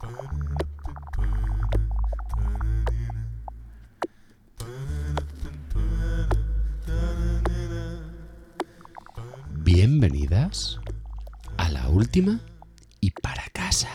Bienvenidas a la última y para casa.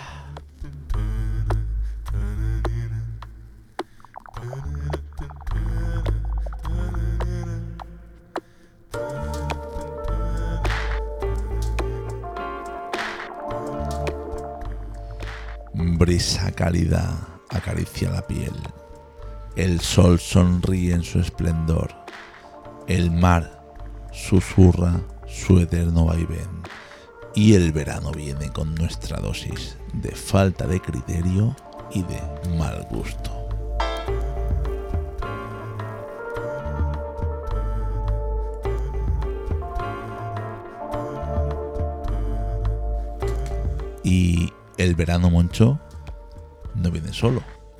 Brisa cálida acaricia la piel. El sol sonríe en su esplendor. El mar susurra su eterno vaivén. Y el verano viene con nuestra dosis de falta de criterio y de mal gusto. Y el verano, Moncho, no viene solo.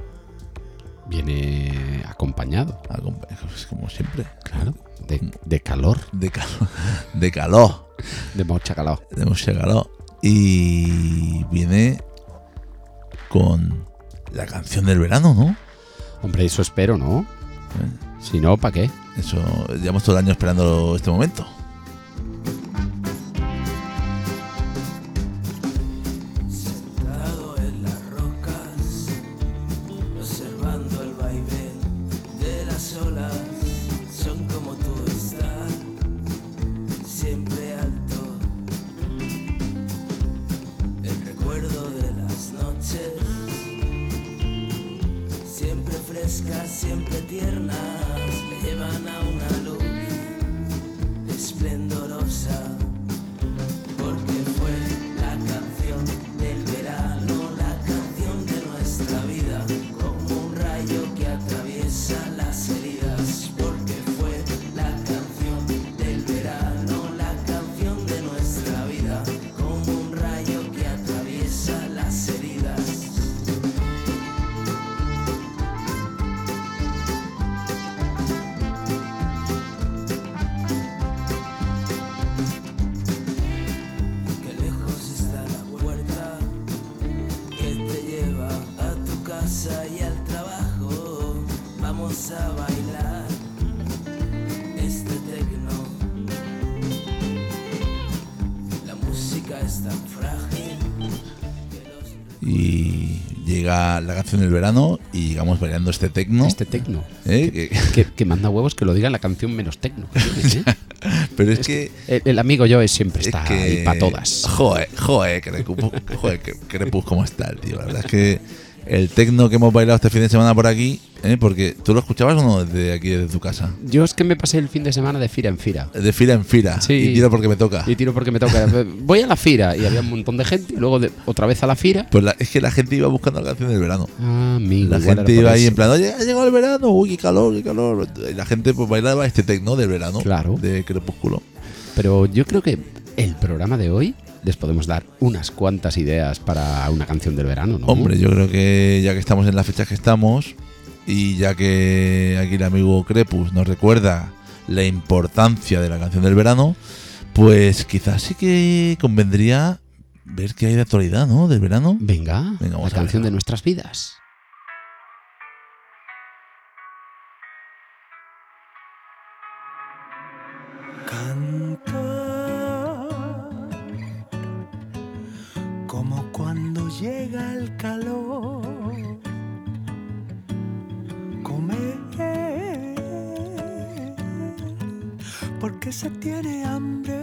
Viene acompañado. Como siempre. Claro. De calor. De calor. De mucha calor. De mucha calor. Y viene con la canción del verano, ¿no? Hombre, eso espero, ¿no? Si no, ¿para qué? Eso, llevamos todo el año esperando este momento. Siempre tiernas, me llevan a una luz esplendorosa, porque fue la canción del verano, la canción de nuestra vida, como un rayo que atraviesa las heridas, porque fue la canción del verano, la canción de nuestra vida, como un rayo que atraviesa las heridas. Y al trabajo vamos a bailar este tecno. La música es tan frágil que y llega la canción del verano y llegamos bailando este tecno. Este tecno. Que manda huevos que lo diga la canción menos tecno. Pero es que el amigo yo siempre está ahí para todas. Joder, que crepus cómo está el tío. La verdad es que el tecno que hemos bailado este fin de semana por aquí, porque ¿tú lo escuchabas o no desde aquí, desde tu casa? Yo es que me pasé el fin de semana de fira en fira. De fira en fira. Sí. Y tiro porque me toca. Voy a la fira y había un montón de gente y luego otra vez a la fira. Pues es que la gente iba buscando la canción del verano. Ah, amigo. La gente iba ahí en plan, oye, ha llegado el verano, uy, qué calor, qué calor. Y la gente pues bailaba este tecno del verano. Claro. De Crepúsculo. Pero yo creo que el programa de hoy les podemos dar unas cuantas ideas para una canción del verano, ¿no? Hombre, yo creo que ya que estamos en las fechas que estamos y ya que aquí el amigo Crepus nos recuerda la importancia de la canción del verano, pues quizás sí que convendría ver qué hay de actualidad, ¿no? Del verano. Venga, vamos la canción de nuestras vidas. Como cuando llega el calor, comer, porque se tiene hambre,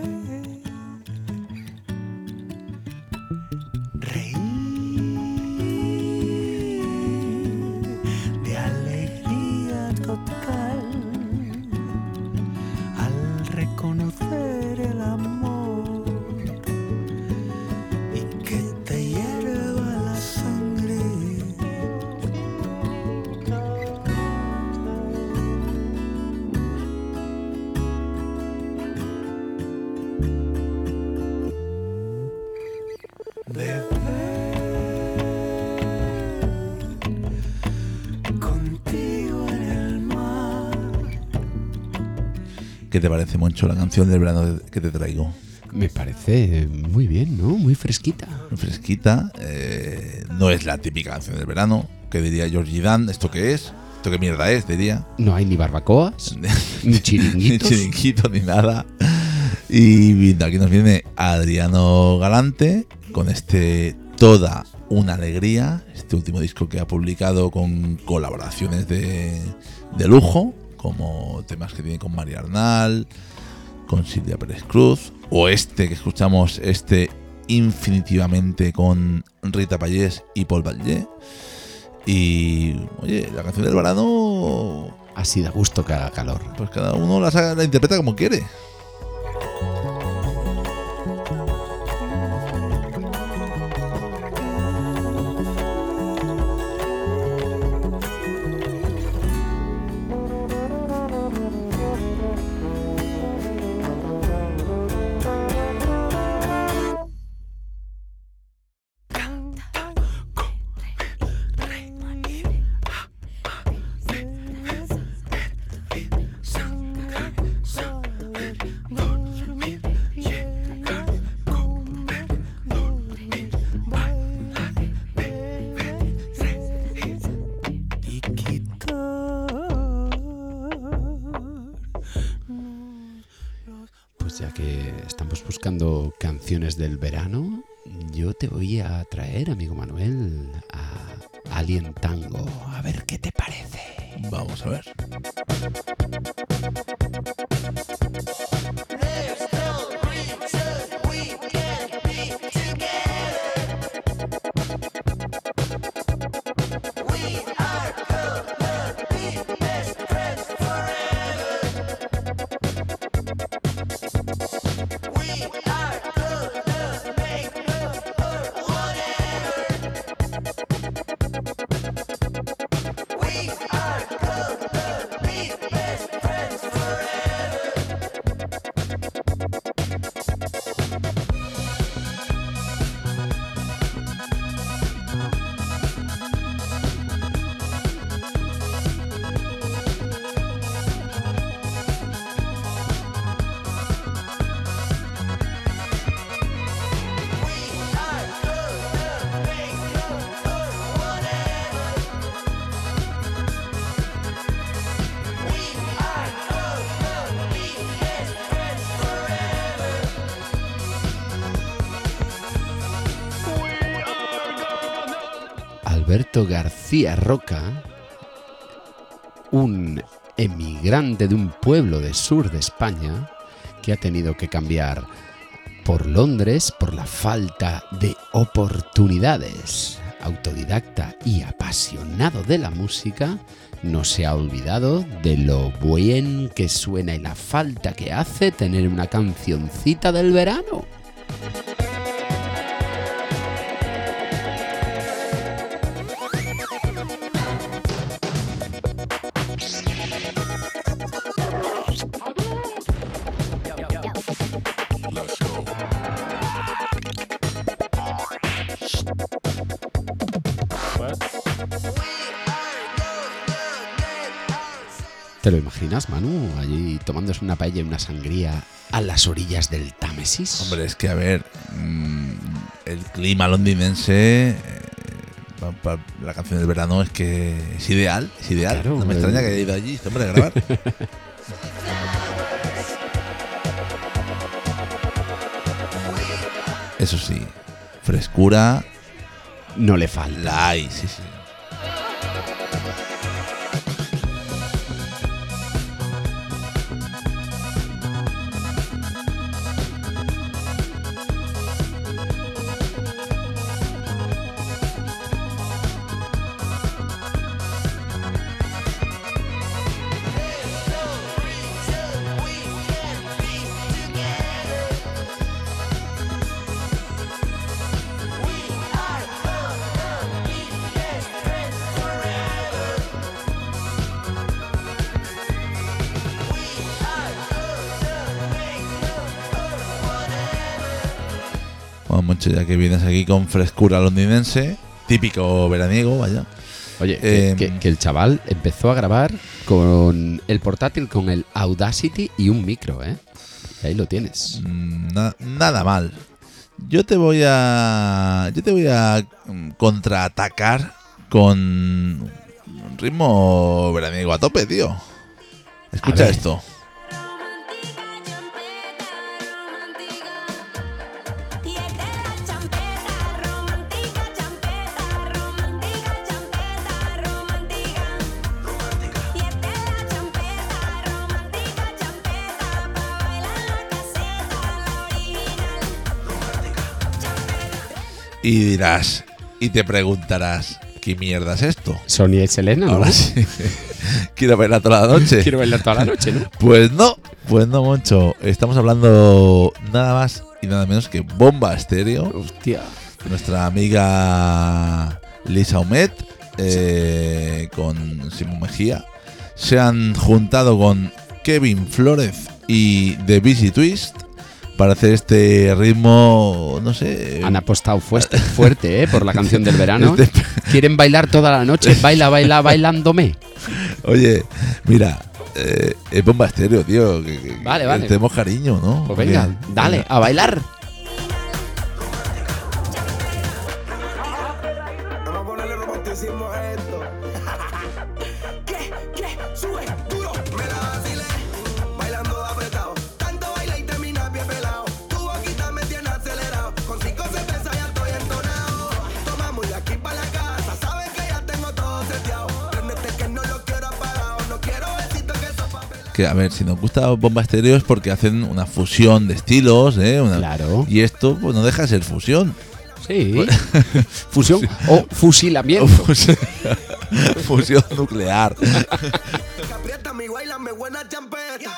reír de alegría total al reconocer el amor. ¿Qué te parece, Moncho, la canción del verano que te traigo? Me parece muy bien, ¿no? Muy fresquita. Fresquita. No es la típica canción del verano. Que diría Georgie Dan, ¿esto qué es? ¿Esto qué mierda es? Diría. No hay ni barbacoas, ni chiringuitos. Ni chiringuito, ni nada. Y aquí nos viene Adriano Galante con Toda una alegría, este último disco que ha publicado con colaboraciones de lujo, como temas que tiene con María Arnal, con Silvia Pérez Cruz, o que escuchamos, infinitivamente con Rita Payés y Paul Vallée. Y oye, la canción del verano, así da gusto que haga calor. Pues cada uno la interpreta como quiere. Ya que estamos buscando canciones del verano, yo te voy a traer, amigo Manuel, a Alien Tango. A ver qué te parece. Vamos a ver. Alberto García Roca, un emigrante de un pueblo del sur de España que ha tenido que cambiar por Londres por la falta de oportunidades. Autodidacta y apasionado de la música, no se ha olvidado de lo bien que suena y la falta que hace tener una cancioncita del verano. ¿Te lo imaginas, Manu, allí tomándose una paella y una sangría a las orillas del Támesis? Hombre, es que a ver, el clima londinense para la canción del verano es que es ideal. Claro, no me extraña que haya ido allí, hombre, a grabar. Eso sí, frescura no le falta. La hay, sí. Bueno, Moncho, ya que vienes aquí con frescura londinense, típico veraniego, vaya. Oye, que el chaval empezó a grabar con el portátil, con el Audacity y un micro, ¿eh? Y ahí lo tienes. Nada mal. Yo te voy a contraatacar con un ritmo veraniego a tope, tío. Escucha esto. Y dirás, y te preguntarás, ¿qué mierda es esto? Sonia y Selena, ¿no? Ahora sí. Quiero bailar toda la noche. Quiero bailar toda la noche, ¿no? Pues no, Moncho. Estamos hablando nada más y nada menos que Bomba Estéreo. Hostia. Nuestra amiga Lisa Humet con Simón Mejía se han juntado con Kevin Flórez y The Busy Twist para hacer este ritmo, no sé. Han apostado fuerte, por la canción del verano. Quieren bailar toda la noche. Baila, bailándome. Oye, mira, es Bomba Estéreo, tío. Vale. Tenemos cariño, ¿no? Pues venga, dale, a bailar. Vamos a ponerle romanticismo a esto. ¿Qué? Sube, duro, me la vacilé. Bailando apretado. Tanto baila y termina pie pelado. Tu boquita me tiene acelerado. Con 5 cervezas ya estoy entonado. Tomamos y aquí pa' la casa. Sabes que ya tengo todo seteado. Prendete que no lo quiero apagado. No quiero besitos que son papelados. Que a ver, si nos gusta Bomba Estéreo es porque hacen una fusión de estilos, Claro. Y esto pues no deja de ser fusión. Sí. Fusión o fusilamiento. Fusión nuclear. Que aprieta mi bailame buena champeta.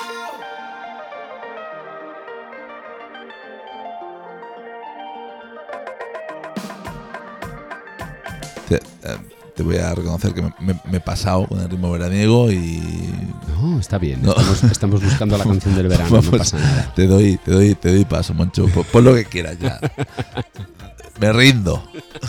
Te voy a reconocer que me he pasado con el ritmo veraniego y... No, está bien. No. Estamos buscando la canción del verano, Vamos, no pasa nada. Te doy paso, Moncho. Pon lo que quieras ya. Me rindo.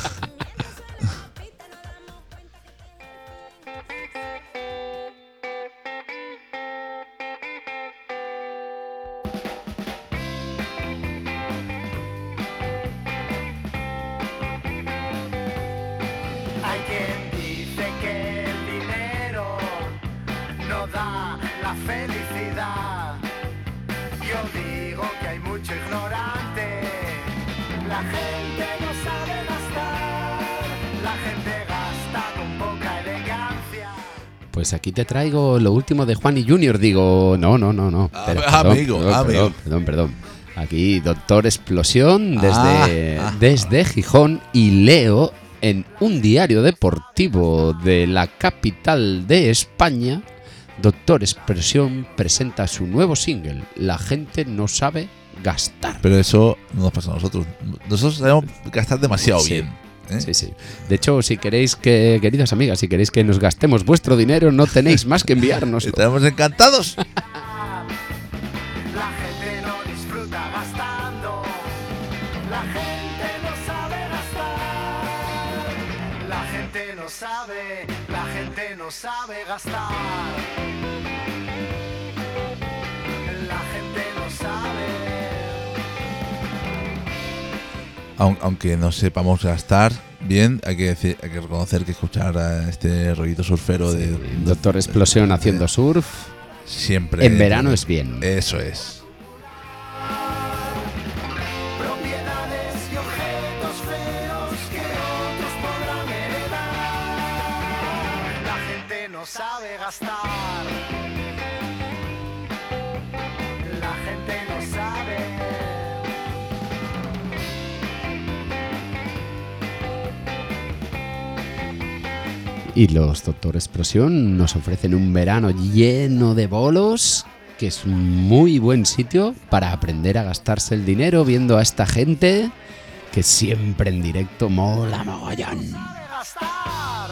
Hay quien dice que el dinero no da la felicidad. Yo digo que hay mucho ignorante. La gente no sabe gastar. La gente gasta con poca elegancia. Pues aquí te traigo lo último de Juan y Junior. Digo, no. Amigo. Perdón. Aquí, Doctor Explosión desde Gijón, y leo en un diario deportivo de la capital de España, Doctor Explosión presenta su nuevo single, La gente no sabe gastar. Pero eso no nos pasa a nosotros. Nosotros sabemos gastar demasiado Sí. bien. ¿eh? Sí. De hecho, si queréis que, queridas amigas, si queréis que nos gastemos vuestro dinero, no tenéis más que enviárnoslo. Estaremos encantados. La gente no disfruta gastando. La gente no sabe gastar. La gente no sabe gastar. La gente no sabe. Aunque no sepamos gastar bien, hay que reconocer que escuchar a este rollito surfero de Doctor Explosión haciendo surf siempre en verano es bien. Eso es. Propiedades y objetos feos que otros podrán heredar. La gente no sabe gastar. La gente no sabe. Y los Doctor Explosión nos ofrecen un verano lleno de bolos, que es un muy buen sitio para aprender a gastarse el dinero viendo a esta gente que siempre en directo mola mogollón. Gastar.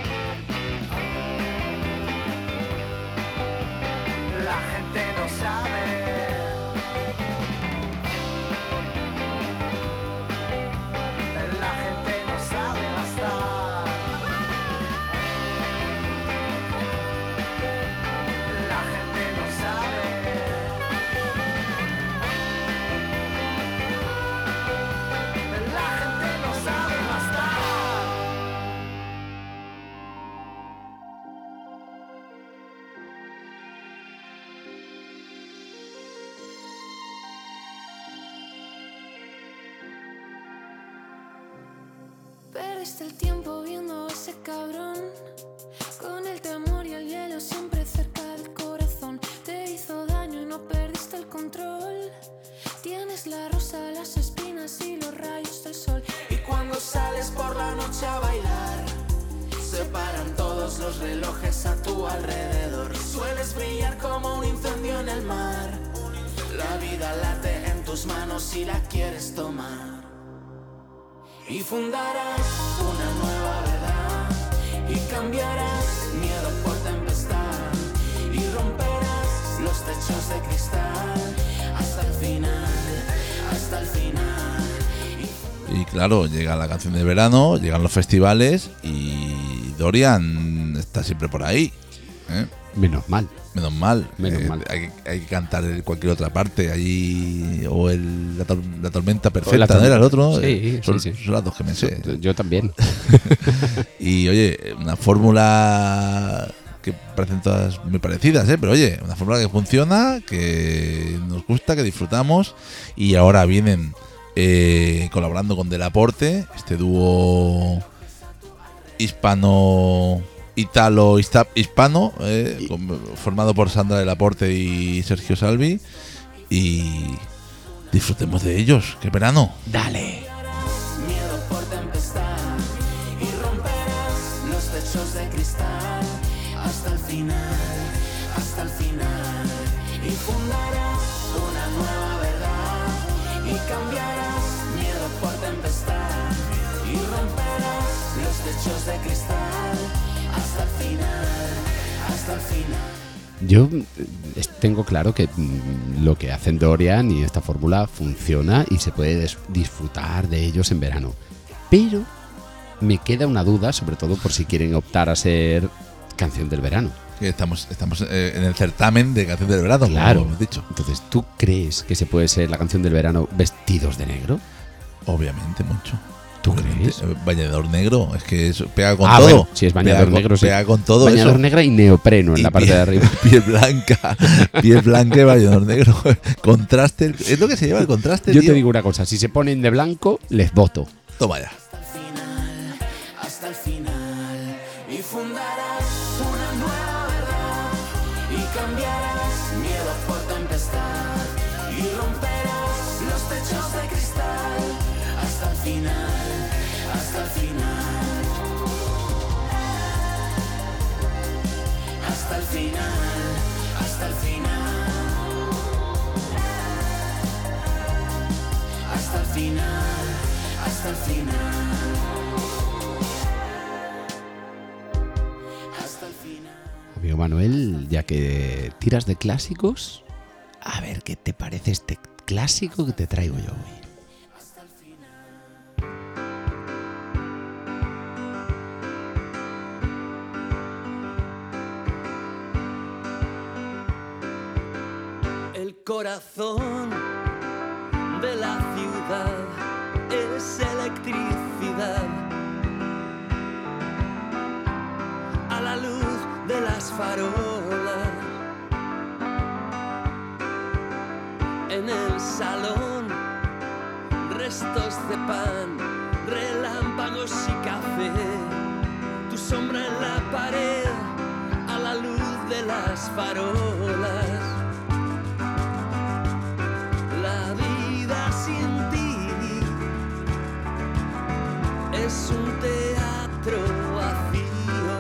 La gente no sabe. La gente no sabe gastar. La gente no sabe. perdiste el tiempo viendo a ese cabrón. Con el temor y el hielo siempre cerca del corazón. Te hizo daño y no perdiste el control. Tienes la rosa, las espinas y los rayos del sol. Y cuando sales por la noche a bailar, se paran todos los relojes a tu alrededor. Sueles brillar como un incendio en el mar. La vida late en tus manos si la quieres tomar. Y fundarás una nueva verdad y cambiarás miedo por tempestad y romperás los techos de cristal hasta el final, hasta el final. Y claro, llega la canción de verano, llegan los festivales y Dorian está siempre por ahí, ¿eh? Menos mal. Menos mal. Menos mal. Hay que cantar en cualquier otra parte. Allí, o la tormenta perfecta, La ¿no? Era el otro, ¿no? Sí, son, sí. son las dos que me sé. Yo también. Y oye, una fórmula que parecen todas muy parecidas, ¿eh? Pero oye, una fórmula que funciona, que nos gusta, que disfrutamos. Y ahora vienen colaborando con Delaporte, este dúo hispano, formado por Sandra Delaporte y Sergio Salvi. Y disfrutemos de ellos. ¡Qué verano! Dale. Miedo por tempestad y romperás los techos de cristal hasta el final, hasta el final. Y fundarás una nueva verdad y cambiarás miedo por tempestad y romperás los techos de cristal hasta el final, hasta el final. Yo tengo claro que lo que hacen Dorian y esta fórmula funciona y se puede disfrutar de ellos en verano. Pero me queda una duda, sobre todo por si quieren optar a ser canción del verano. Que estamos en el certamen de canción del verano, Claro. como hemos dicho. Entonces, ¿tú crees que se puede ser la canción del verano vestidos de negro? Obviamente, mucho. ¿Tú Obviamente. crees? Bañador negro, es que eso pega con Ah, todo. bueno, si es bañador negro, sí. Pega con todo Bañador eso. negra y neopreno en Y la parte de arriba. Piel blanca y bañador negro. Contraste, es lo que se lleva el contraste. Yo tío. te digo una cosa, si se ponen de blanco, les voto. Toma ya. Hasta el final, y fundarás una nueva verdad y cambiarás miedo por tempestad y romperás los techos de cristal hasta el final, hasta el final, hasta el final, hasta el final, hasta el final, hasta el final. Amigo Manuel, ya que tiras de clásicos, a ver qué te parece este clásico que te traigo yo hoy. El corazón de la ciudad es electricidad. A la luz de las farolas. En el salón, restos de pan, relámpagos y café. Tu sombra en la pared, a la luz de las farolas. La vida sin ti es un teatro vacío.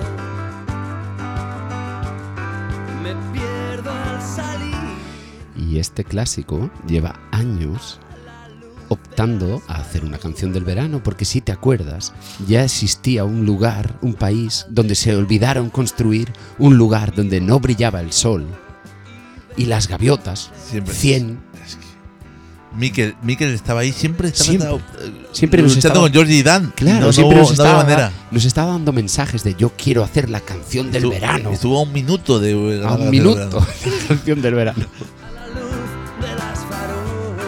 Me pierdo al salir. Y este clásico lleva años optando a hacer una canción del verano, porque si te acuerdas, ya existía un lugar, un país, donde se olvidaron construir un lugar donde no brillaba el sol y las gaviotas, Siempre. 100. Es que Miquel estaba ahí, siempre Siempre nos luchando estaba- con George y Dan. Claro, no, siempre no, nos, no había estaba, manera. nos estaba dando mensajes de yo quiero hacer la canción del verano. Estuvo a un minuto de A la un canción del minuto verano. de la canción del verano. A la luz de las farolas.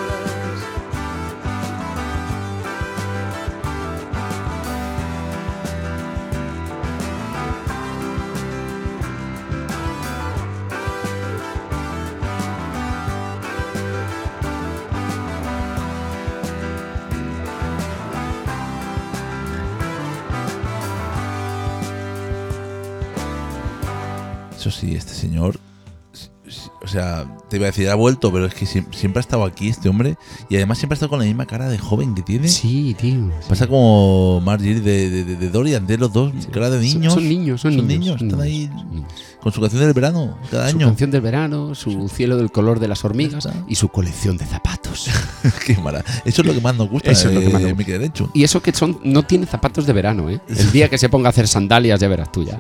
Eso sí, este señor, o sea, te iba a decir, ha vuelto, pero es que siempre ha estado aquí este hombre y además siempre ha estado con la misma cara de joven que tiene. Sí, tío. Pasa como Marjorie de Dorian, de los dos, cara de niños. Son niños. Están ahí con su canción del verano cada año. Su canción del verano, su cielo del color de las hormigas y su colección de zapatos. Qué maravilla. Eso es lo que más nos gusta de Mikel Erenchun. Y eso que no tiene zapatos de verano, ¿eh? El día que se ponga a hacer sandalias ya verás tú ya.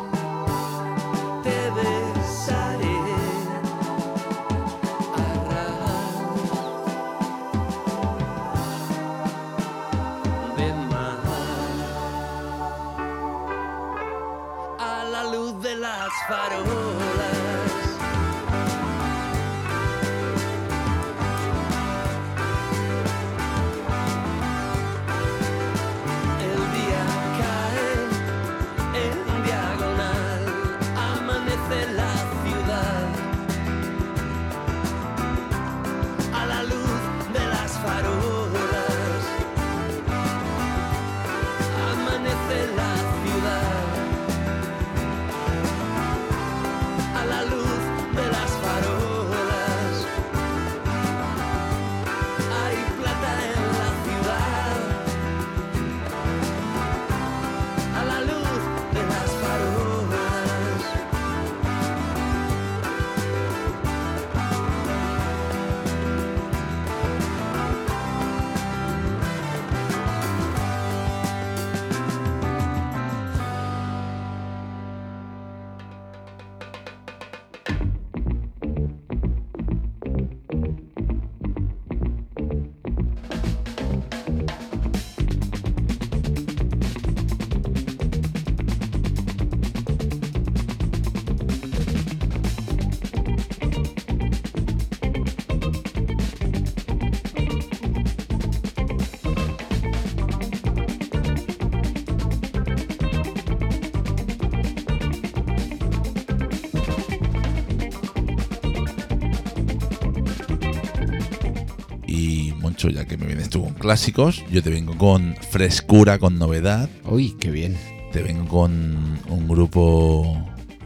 Ya que me vienes tú con clásicos, yo te vengo con frescura, con novedad. Uy, qué bien. Te vengo con un grupo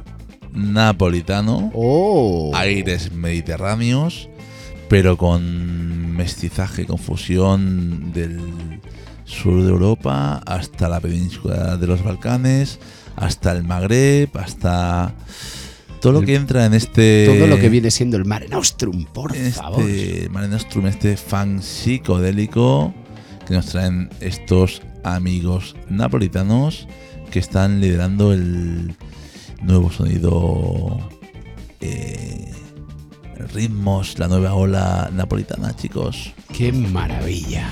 napolitano, aires mediterráneos, pero con mestizaje, con fusión del sur de Europa hasta la península de los Balcanes, hasta el Magreb, hasta todo lo que entra en este... Todo lo que viene siendo el Mare Nostrum, por favor. Mare Nostrum, este fan psicodélico que nos traen estos amigos napolitanos que están liderando el nuevo sonido, ritmos, la nueva ola napolitana, chicos. ¡Qué maravilla!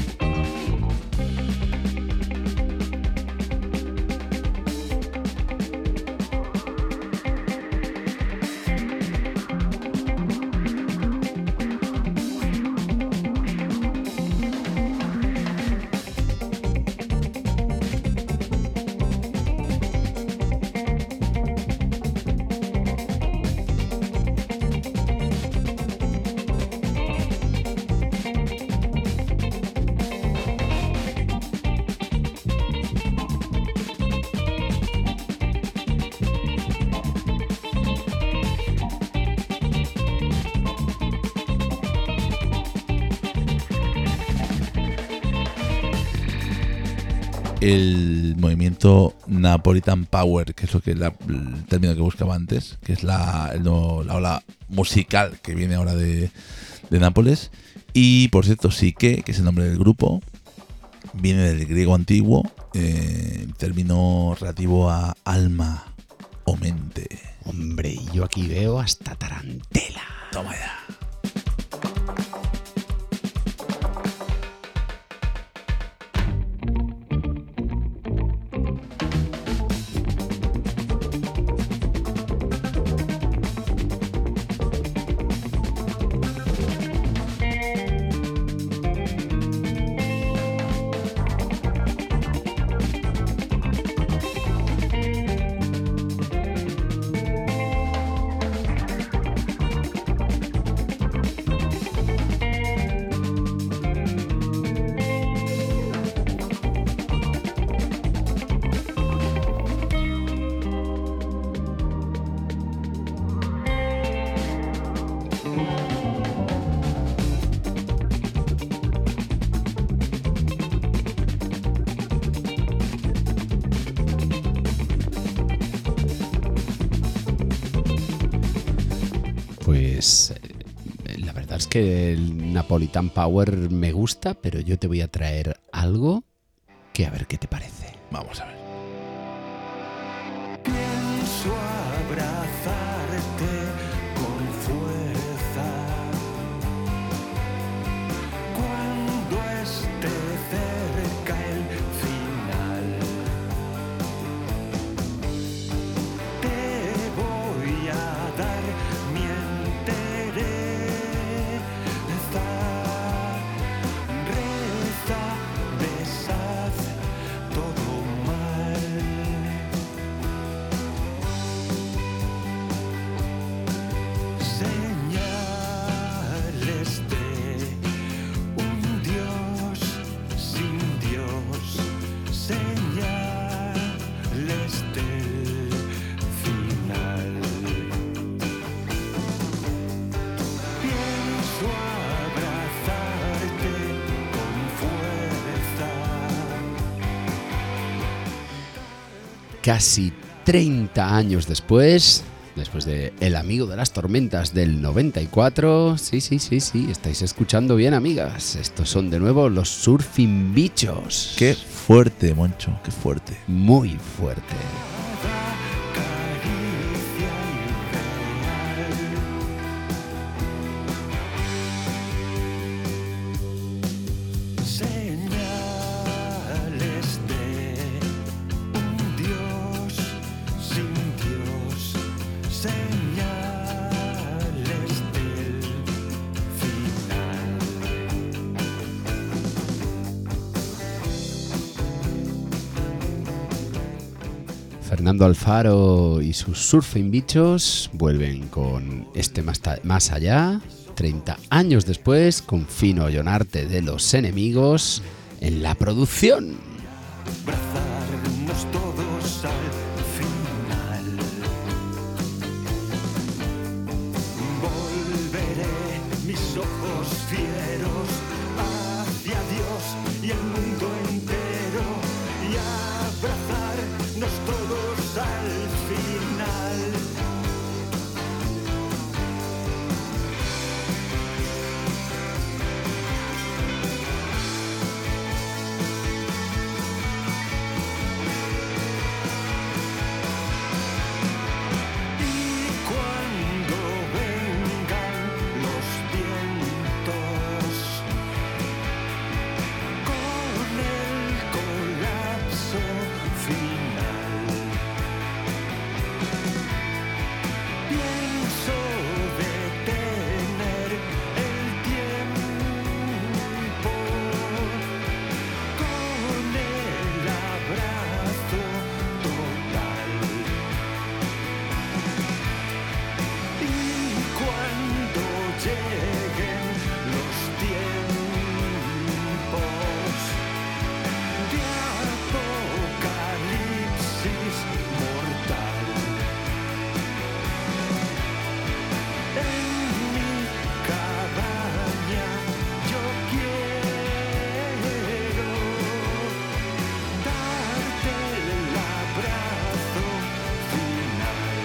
El movimiento Napolitan Power, que es lo que el término que buscaba antes, que es la ola musical que viene ahora de Nápoles. Y por cierto, Psique, que es el nombre del grupo, viene del griego antiguo, término relativo a alma o mente. Hombre, yo aquí veo hasta tarantela. Toma ya. pues la verdad es que el Napolitan Power me gusta, pero yo te voy a traer algo que a ver qué te parece. Vamos a ver. Pienso abrazarte con fuerza cuando esté cerca el final. Te voy a dar mi entereza. Reza, deshaz todo mal. Señales de un Dios sin Dios, señales del final. Pienso abrazarte con fuerza. Casi 30 años después de El amigo de las tormentas del 94, sí, estáis escuchando bien, amigas. Estos son de nuevo los Surfing Bichos. Qué fuerte, Moncho, qué fuerte. Muy fuerte. Caricia irreal. Señales de un Dios sin Dios, señales del final. Fernando Alfaro y sus Surfing Bichos vuelven con este más allá, 30 años después, con Fino Ollonarte de Los Enemigos en la producción. Abrazarnos todos al final. Volveré mis ojos fieros hacia Dios y el mundo entero y abrazarnos todos al final. Y cuando vengan los vientos con el colapso final, pienso detener el tiempo con el abrazo total. Y cuando lleguen los tiempos de apocalipsis mortal, en mi cabaña yo quiero darte el abrazo final.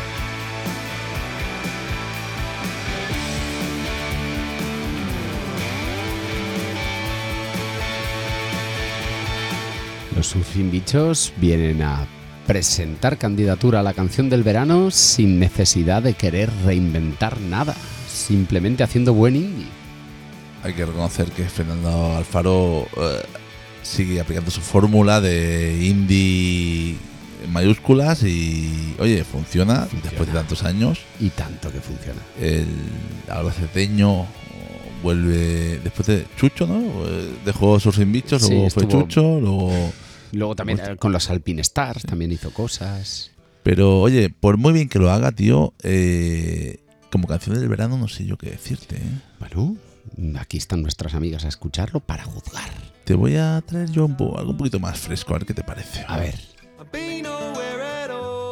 Los Surfing Bichos vienen a presentar candidatura a la canción del verano sin necesidad de querer reinventar nada, simplemente haciendo buen indie. Hay que reconocer que Fernando Alfaro sigue aplicando su fórmula de indie en mayúsculas y, oye, funciona después de tantos años. Y tanto que funciona. El albaceteño vuelve después de Chucho, ¿no? Dejó Surfing Bichos, Sí, luego fue estuvo- Chucho, luego... Luego también con los Alpine Stars también hizo cosas. Pero, oye, por muy bien que lo haga, tío, como canción del verano no sé yo qué decirte, ¿eh? Bueno, aquí están nuestras amigas a escucharlo para juzgar. Te voy a traer yo algo un poquito más fresco, a ver qué te parece. A ver. I've been nowhere at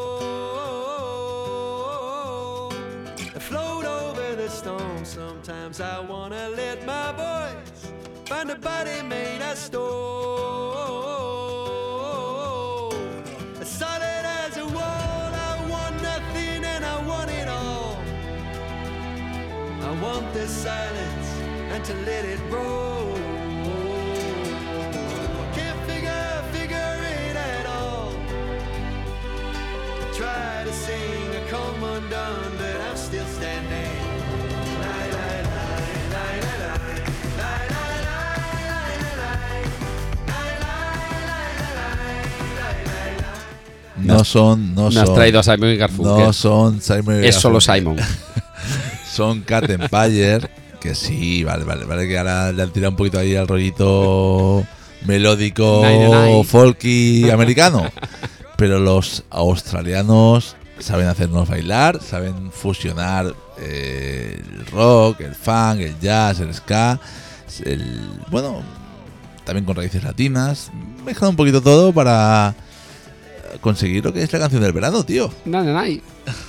all. I float over the stone. Sometimes I wanna let my voice find a body made of stone. As solid as a wall, I want nothing and I want it all. the silence and to let it roll. Can't figure it at all. Try to sing a come undone, but I'm still standing. No son. Me has traído a Simon y Garfunkel. No son Simon y Es solo Garfunkel. Simon. Son Cat Empire. Que sí, vale, que ahora le han tirado un poquito ahí al rollito melódico, 99. folky americano. Pero los australianos saben hacernos bailar, saben fusionar el rock, el funk, el jazz, el ska, bueno, también con raíces latinas. Mezclan un poquito todo para conseguir lo que es la canción del verano, tío. Nay.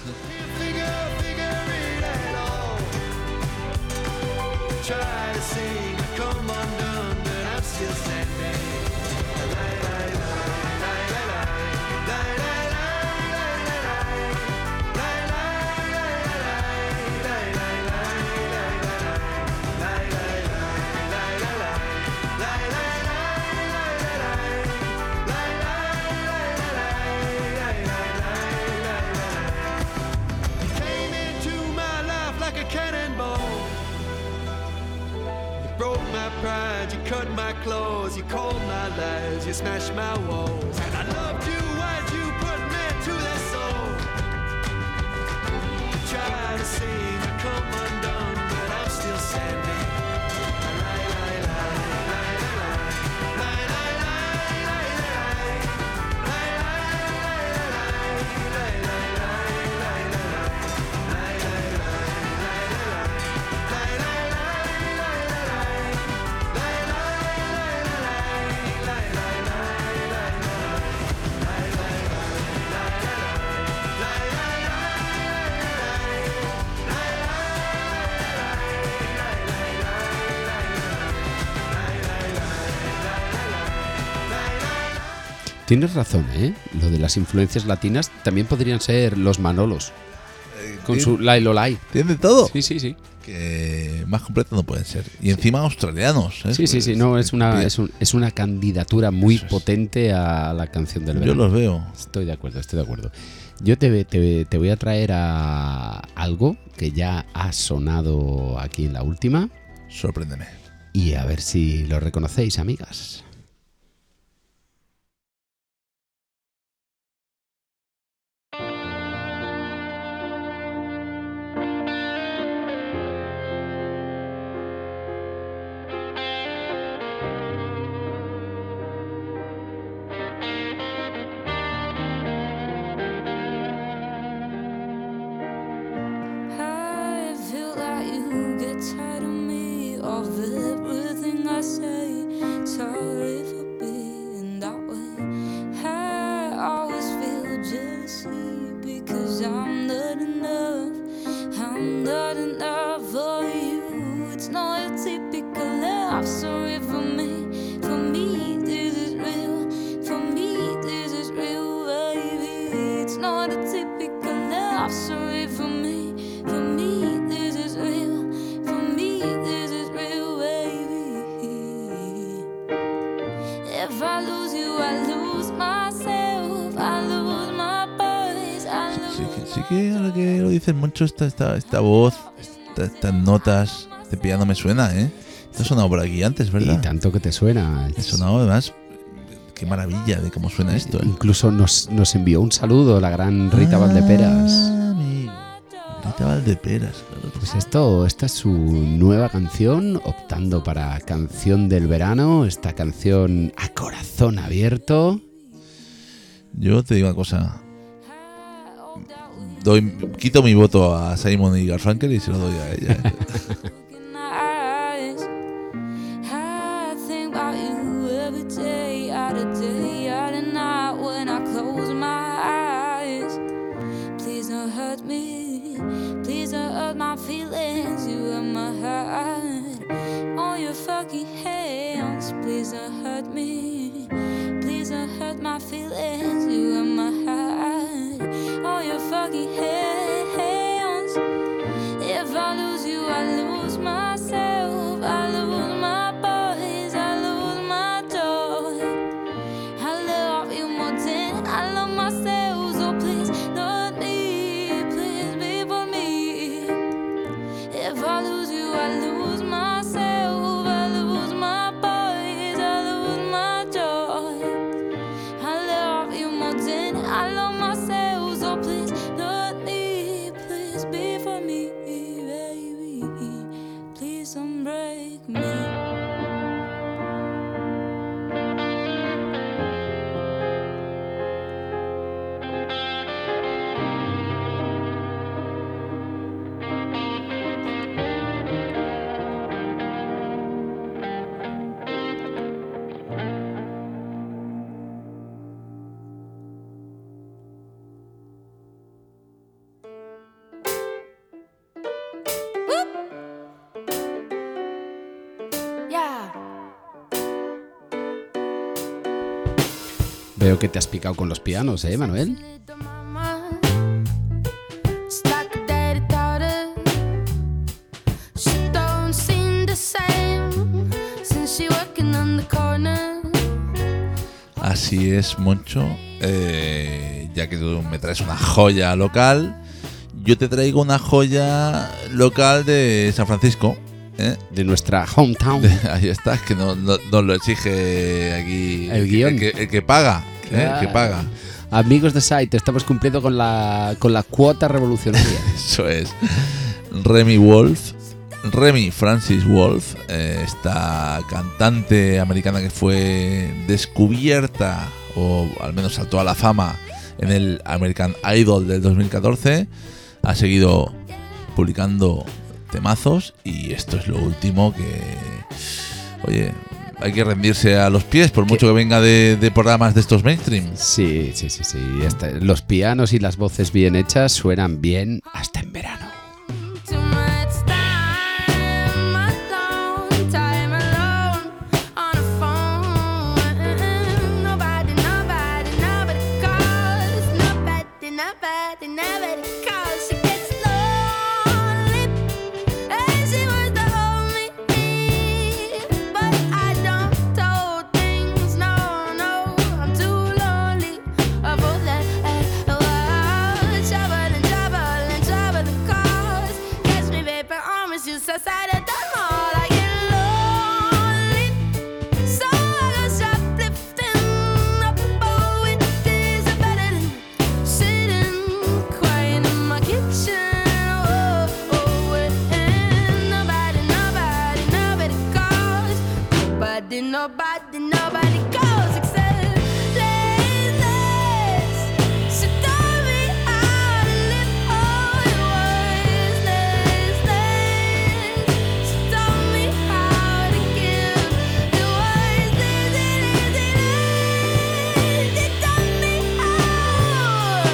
Clothes, you called my lies, you smashed my walls, and I loved you as you put me to the soul. Try to sing, I come undone, but I'm still standing. Tienes razón, ¿eh? Lo de las influencias latinas también podrían ser los Manolos. Con su Lai Lo Lai. ¿Tienen todo? Sí. Que más completo no pueden ser. Y encima australianos, ¿eh? Sí. No, es una candidatura muy potente a la canción del verano. Yo los veo. Estoy de acuerdo. Yo te voy a traer a algo que ya ha sonado aquí en la última. Sorpréndeme. Y a ver si lo reconocéis, amigas. Sí que ahora que lo dices mucho, esta voz, estas notas de piano me suena, ¿eh? Esto ha sonado por aquí antes, ¿verdad? Y tanto que te suena. Ha sonado además. Qué maravilla de cómo suena esto, ¿eh? Incluso nos envió un saludo la gran Rita Valdeperas. Amigo. Rita Valdeperas, claro. Pues esta es su nueva canción, optando para canción del verano. Esta canción a corazón abierto. Yo te digo una cosa. Quito mi voto a Simon y Garfunkel y se lo doy a ella. My feelings, you in my heart. Oh, your fucking hands. If I lose you, I lose my I love myself, so please not me, please be for me. If I lose you, I lose myself, I lose my boys, I lose my joy. I love you more than I love myself, so please not me, please be for me, baby. Please don't break me. Yeah. Veo que te has picado con los pianos, Manuel. Así es, Moncho. Ya que tú me traes una joya local, yo te traigo una joya local de San Francisco. De nuestra hometown. Ahí está, que nos lo exige aquí El guión. el que paga. Claro. El que paga. Amigos de Site, estamos cumpliendo con la cuota revolucionaria. Eso es. Remy Francis Wolf, esta cantante americana que fue descubierta, o al menos saltó a la fama en el American Idol del 2014, ha seguido publicando temazos y esto es lo último que... Oye, hay que rendirse a los pies por mucho que venga de programas de estos mainstream. Sí. Los pianos y las voces bien hechas suenan bien hasta en verano. Too much time alone, time alone on a phone. Nobody calls. Nobody calls. She gets lonely, and she wants to hold me, but I don't do things. No, I'm too lonely for that. Trouble and cause. Catch me, baby, promise you, outside of the mall. I get lonely, so I go shoplifting. Up with this better than sitting quiet in my kitchen. And nobody calls. Nobody calls except laziness. She taught me how to live all it was. She taught me how to give it was. She taught me how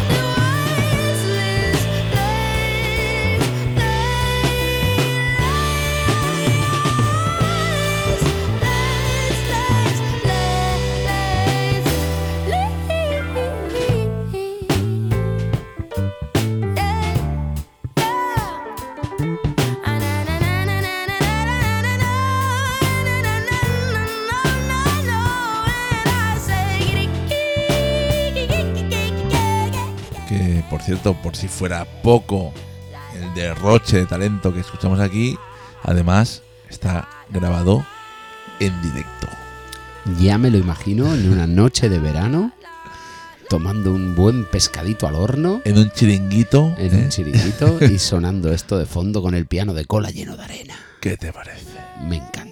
Que, por cierto, por si fuera poco el derroche de talento que escuchamos aquí, además está grabado en directo. Ya me lo imagino en una noche de verano, tomando un buen pescadito al horno, En un chiringuito. en un chiringuito y sonando esto de fondo con el piano de cola lleno de arena. ¿Qué te parece? Me encanta.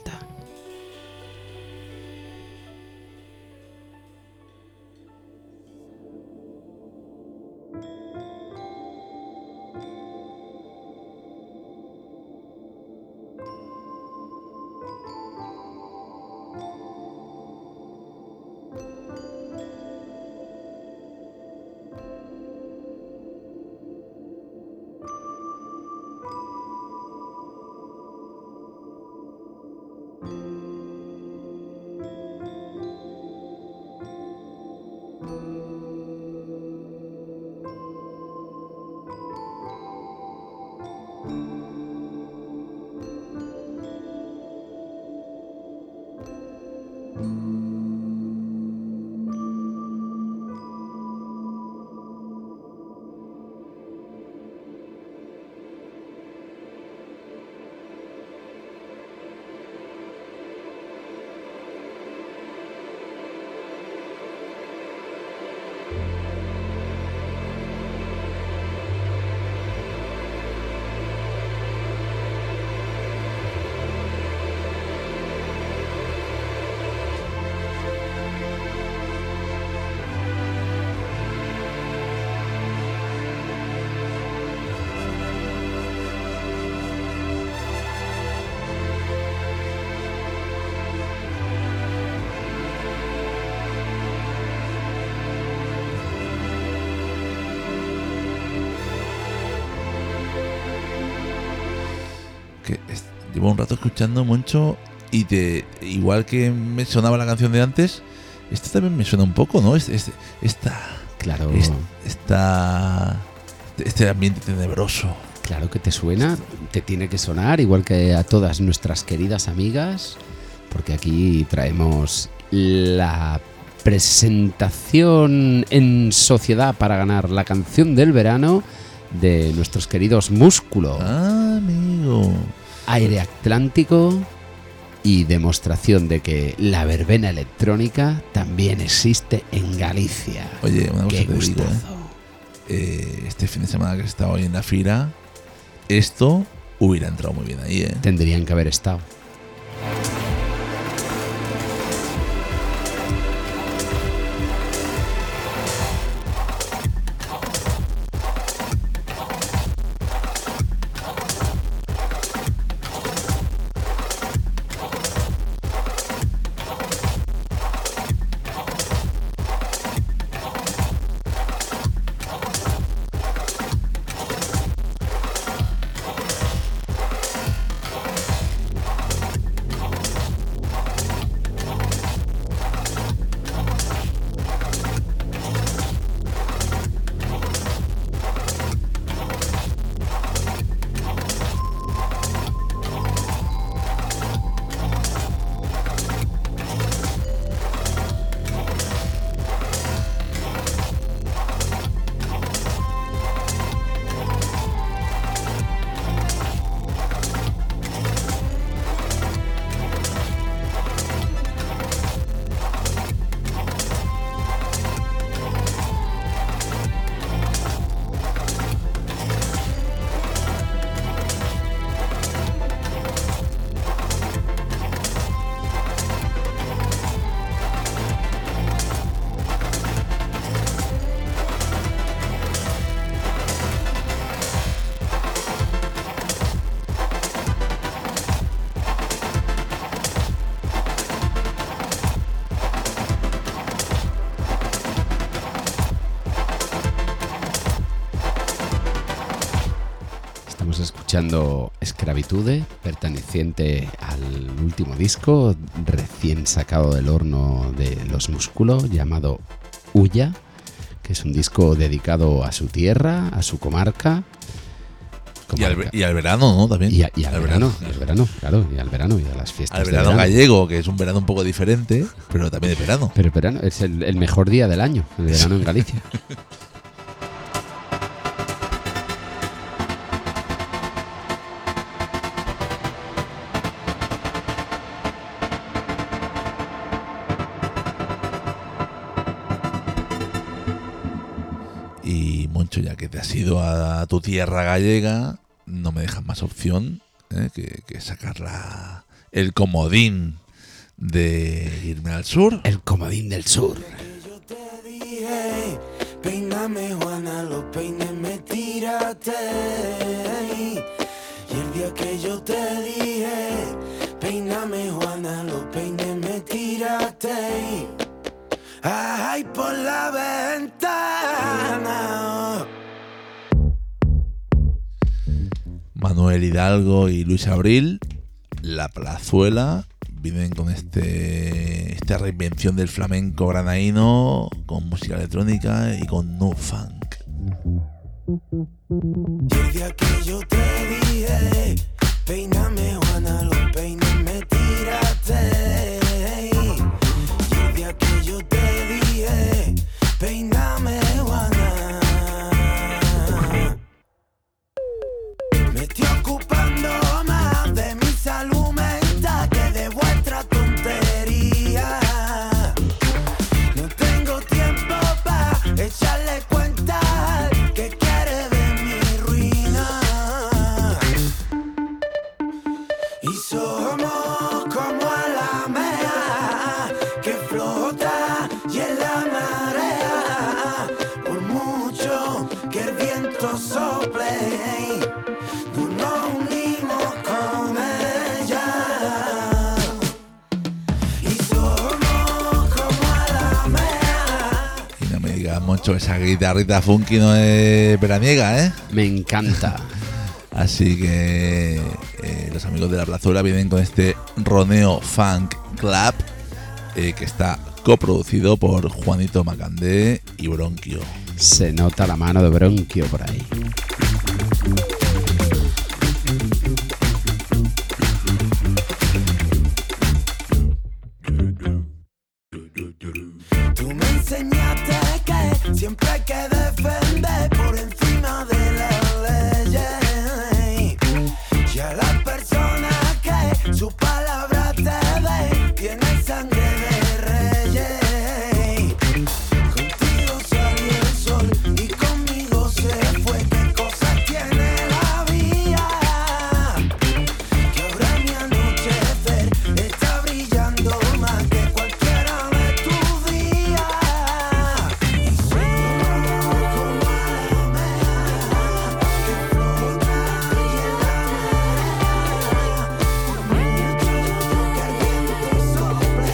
Llevo un rato escuchando Moncho y igual que me sonaba la canción de antes, esta también me suena un poco, ¿no? Claro. Este ambiente tenebroso. Claro que te suena, te tiene que sonar, igual que a todas nuestras queridas amigas, porque aquí traemos la presentación en sociedad para ganar la canción del verano de nuestros queridos Músculo. Amigo. Aire Atlántico y demostración de que la verbena electrónica también existe en Galicia. Oye, una cosa Qué te digo, gustazo. Este fin de semana que he estado hoy en la fira, esto hubiera entrado muy bien ahí, ¿eh? Tendrían que haber estado. Escuchando Esclavitude, perteneciente al último disco recién sacado del horno de los Músculo, llamado Ulla, que es un disco dedicado a su tierra, a su comarca. Y al verano, ¿no? También. Y al verano, claro, y al verano y a las fiestas. Al verano gallego, que es un verano un poco diferente, pero también es verano. Pero el verano es el mejor día del año, el verano en Galicia. Y Moncho, ya que te has ido a tu tierra gallega, no me dejas más opción que sacar el comodín de irme al sur. El comodín del sur. Yo te dije, peíname Juana, los peines me tiraste. Y el día que yo te dije, peíname Juana, los peines me tiraste. Ay, por la ventana. Manuel Hidalgo y Luis Abril, La Plazuela, vienen con esta reinvención del flamenco granaíno, con música electrónica y con nu funk. Y el día que yo te dije, peíname Juana, los peines me tiraste. Y el día que yo te dije, peíname Juana, me estoy ocupando más de mi salud mental que de vuestra tontería. No tengo tiempo para echarle cuenta al que quiere ver mi ruina. Y somos como la mea que flota y en la marea. Por mucho que el viento sople, no nos unimos con ella. Y somos como la mea. Y no me digas, Moncho, esa guitarrita funky no es veraniega, ¿eh? Me encanta. Así que los amigos de La Plazuela vienen con este Roneo Funk Club que está coproducido por Juanito Macandé y Bronquio. Se nota la mano de Bronquio por ahí. Tú me enseñaste que siempre hay que defender por encima de las leyes. Y a las personas que su palabra te dé, tiene sangre de reyes. Contigo salió el sol y conmigo se fue. ¿Qué cosas tiene la vida? Que ahora mi anochecer está brillando más que cualquiera de tus días. Y soy como la mea que flota y en la marea. Por mucho que el viento sople,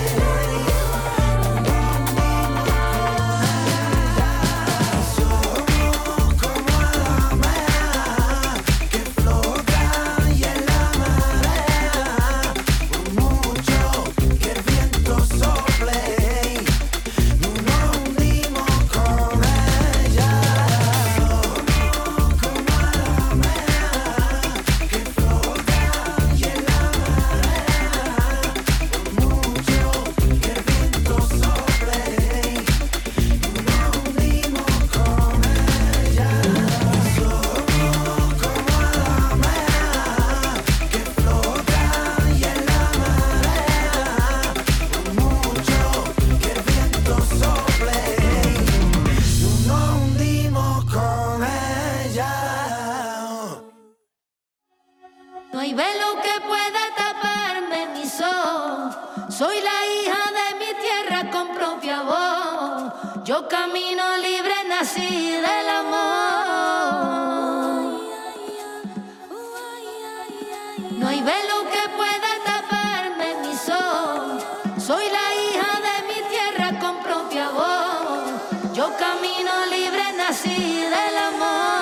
somos como la mea que flota y en la marea. Por mucho que el viento sople, no nos hundimos con ella. Somos como la mea que flota y en la marea. Por mucho que el viento sople, no nos hundimos con ella. Somos como la mea que flota y en la marea. Por mucho que el viento sople, no nos hundimos con ella. No hay velo que pueda taparme mi sol. Soy la hija de mi tierra con propia voz. Yo camino libre, nací del amor. No hay velo que pueda taparme mi sol. Soy la hija de mi tierra con propia voz. Yo camino libre, nací del amor.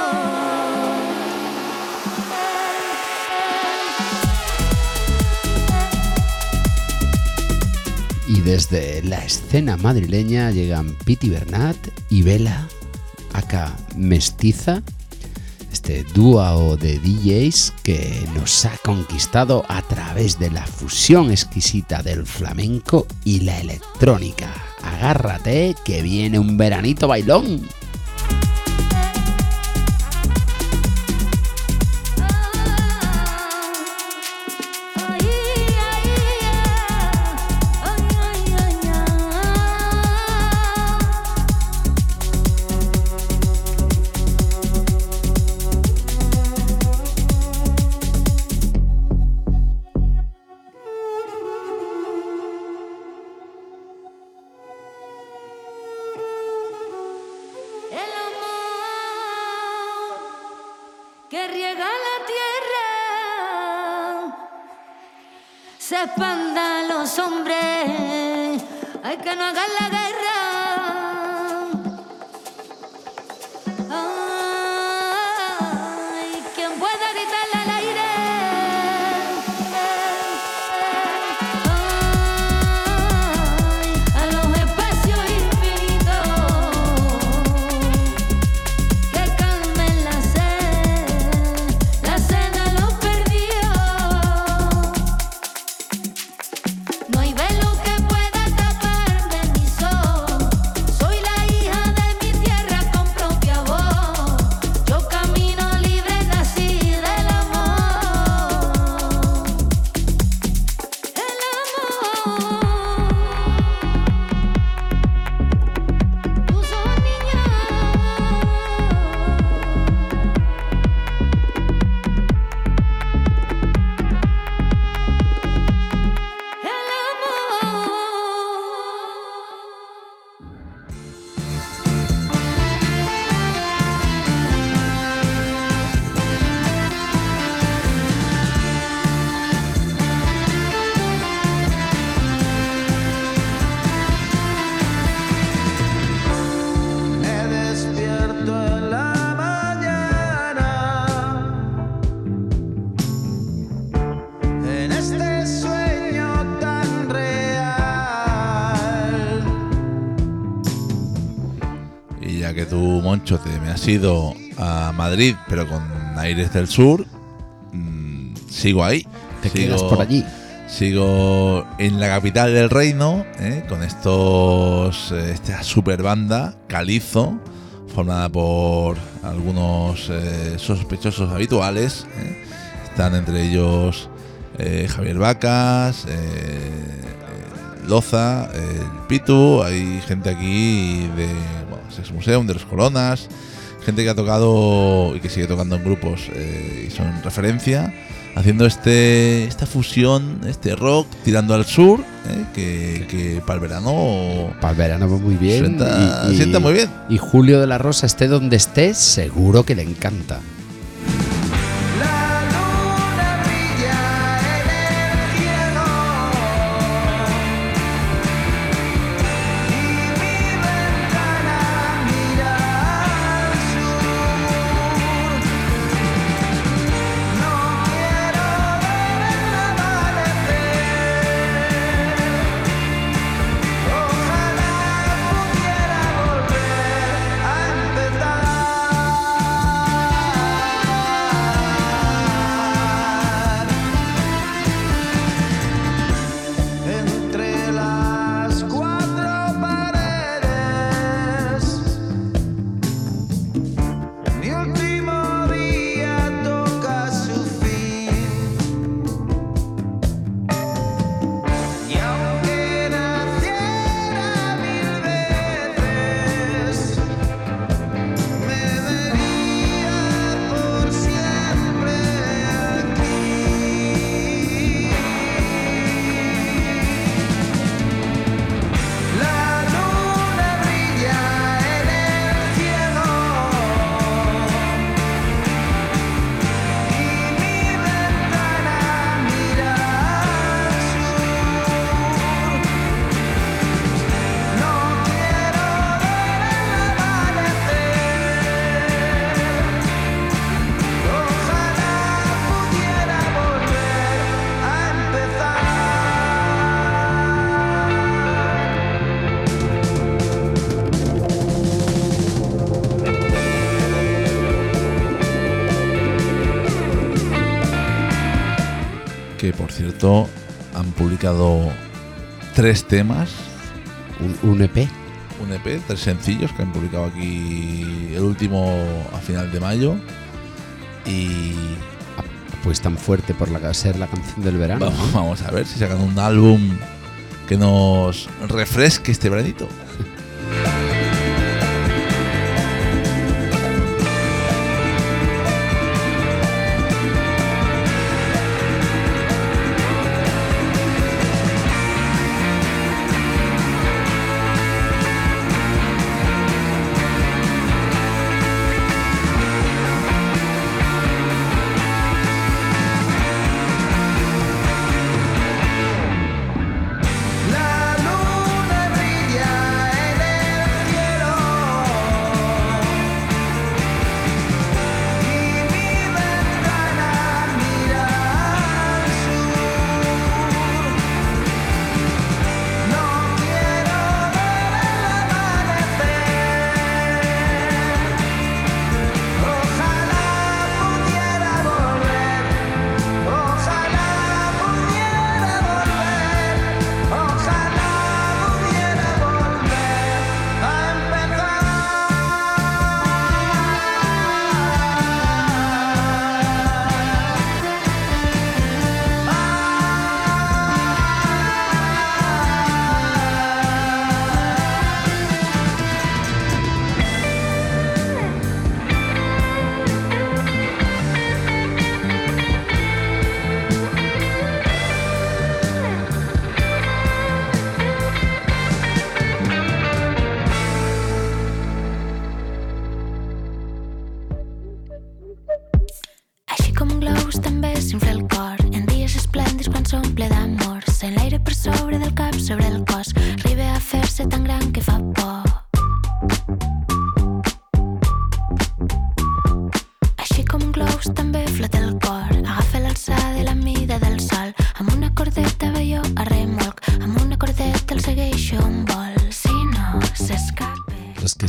Y desde la escena madrileña llegan Piti Bernat y Vela, acá Mestiza, este dúo de DJs que nos ha conquistado a través de la fusión exquisita del flamenco y la electrónica. Agárrate que viene un veranito bailón. El amor que riega la tierra se expanda a los hombres. Hay que no hagan la guerra. Ay, quien pueda gritarle al aire. Ay, a los espacios infinitos. Que calmen la sed de los perdidos. No hay velo que pueda taparme mi sol. Y ya que tú, Moncho, te me has ido a Madrid, pero con aires del sur, sigo ahí. Te quedas por allí. Sigo en la capital del reino, con esta super banda, Calizo, formada por algunos sospechosos habituales. Están entre ellos Javier Vacas, Loza, el Pitu. Hay gente aquí de Sex Museum, de los Coronas, gente que ha tocado y que sigue tocando en grupos y son referencia, haciendo esta fusión, este rock tirando al sur, que para el verano va muy bien. Sienta muy bien. Y Julio de la Rosa, esté donde esté, seguro que le encanta. Que por cierto han publicado 3 temas, un EP, 3 sencillos que han publicado aquí, el último a final de mayo, y pues tan fuerte por ser la canción del verano. Vamos a ver si sacan un álbum que nos refresque este veranito.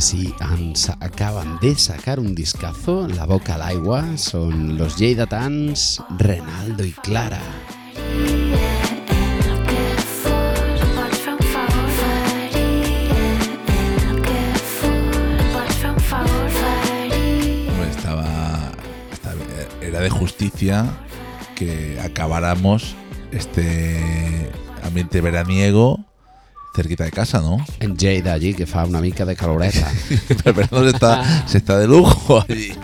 sí, acaban de sacar un discazo, La boca al aigua, son los Lleidatans, Renaldo y Clara. Era de justicia que acabáramos este ambiente veraniego cerquita de casa, ¿no? En Lleida, allí, que fa una mica de caloreta. Pero no se está de lujo allí.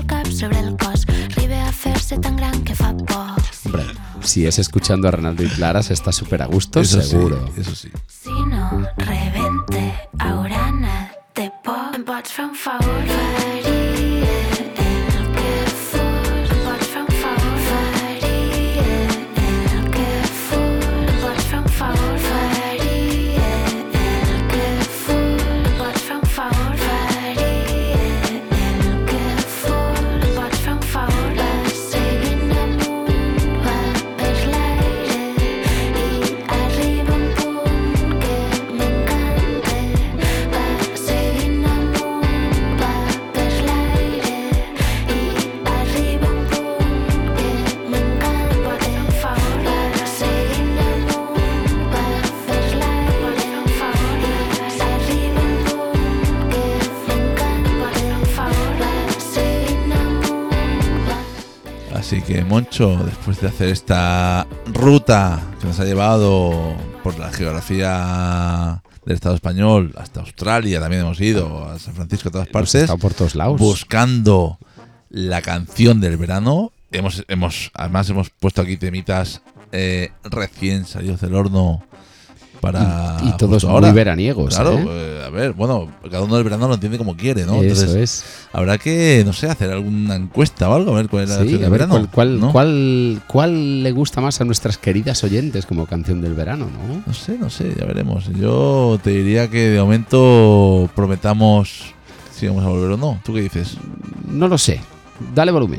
Hombre, si es escuchando a Renaldo y Clara, se está súper a gusto, Eso seguro. Sí, eso sí. Si no rebente aurana de pop, em pots fer un favor, faria el que fos, em pots fer un favor, faria el que fos, em pots fer un favor, faria el que fos, em pots fer un favor, faria el que fos, em pots fer un favor, va seguint amunt, va per l'aire i arriba un punt que m'encanta, va seguint amunt, va per l'aire i arriba un punt que m'encanta, pot fer un favor, va seguint amunt, va per l'aire, pot fer un favor, arriba un punt que m'encanta, pot fer un favor, va seguint amunt, va. Así que, Moncho, después de hacer esta ruta que nos ha llevado por la geografía del Estado español hasta Australia, también hemos ido a San Francisco, a todas Hemos partes, estado por todos lados. buscando la canción del verano. Además hemos puesto aquí temitas recién salidos del horno para y todos justo muy ahora. veraniegos, Claro, ¿eh? a ver, bueno, cada uno del verano lo entiende como quiere, ¿no? Eso Entonces es. habrá que, no sé, hacer alguna encuesta o algo, a ver cuál es la Sí, canción a del ver verano. ¿no? cuál le gusta más a nuestras queridas oyentes como canción del verano, ¿no? No sé, ya veremos. Yo te diría que de momento prometamos si vamos a volver o no. ¿Tú qué dices? No lo sé. Dale volumen.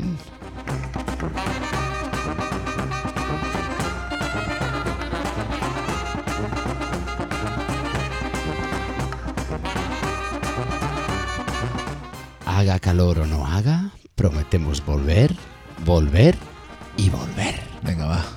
Haga calor o no haga, prometemos volver, volver y volver. Venga, va.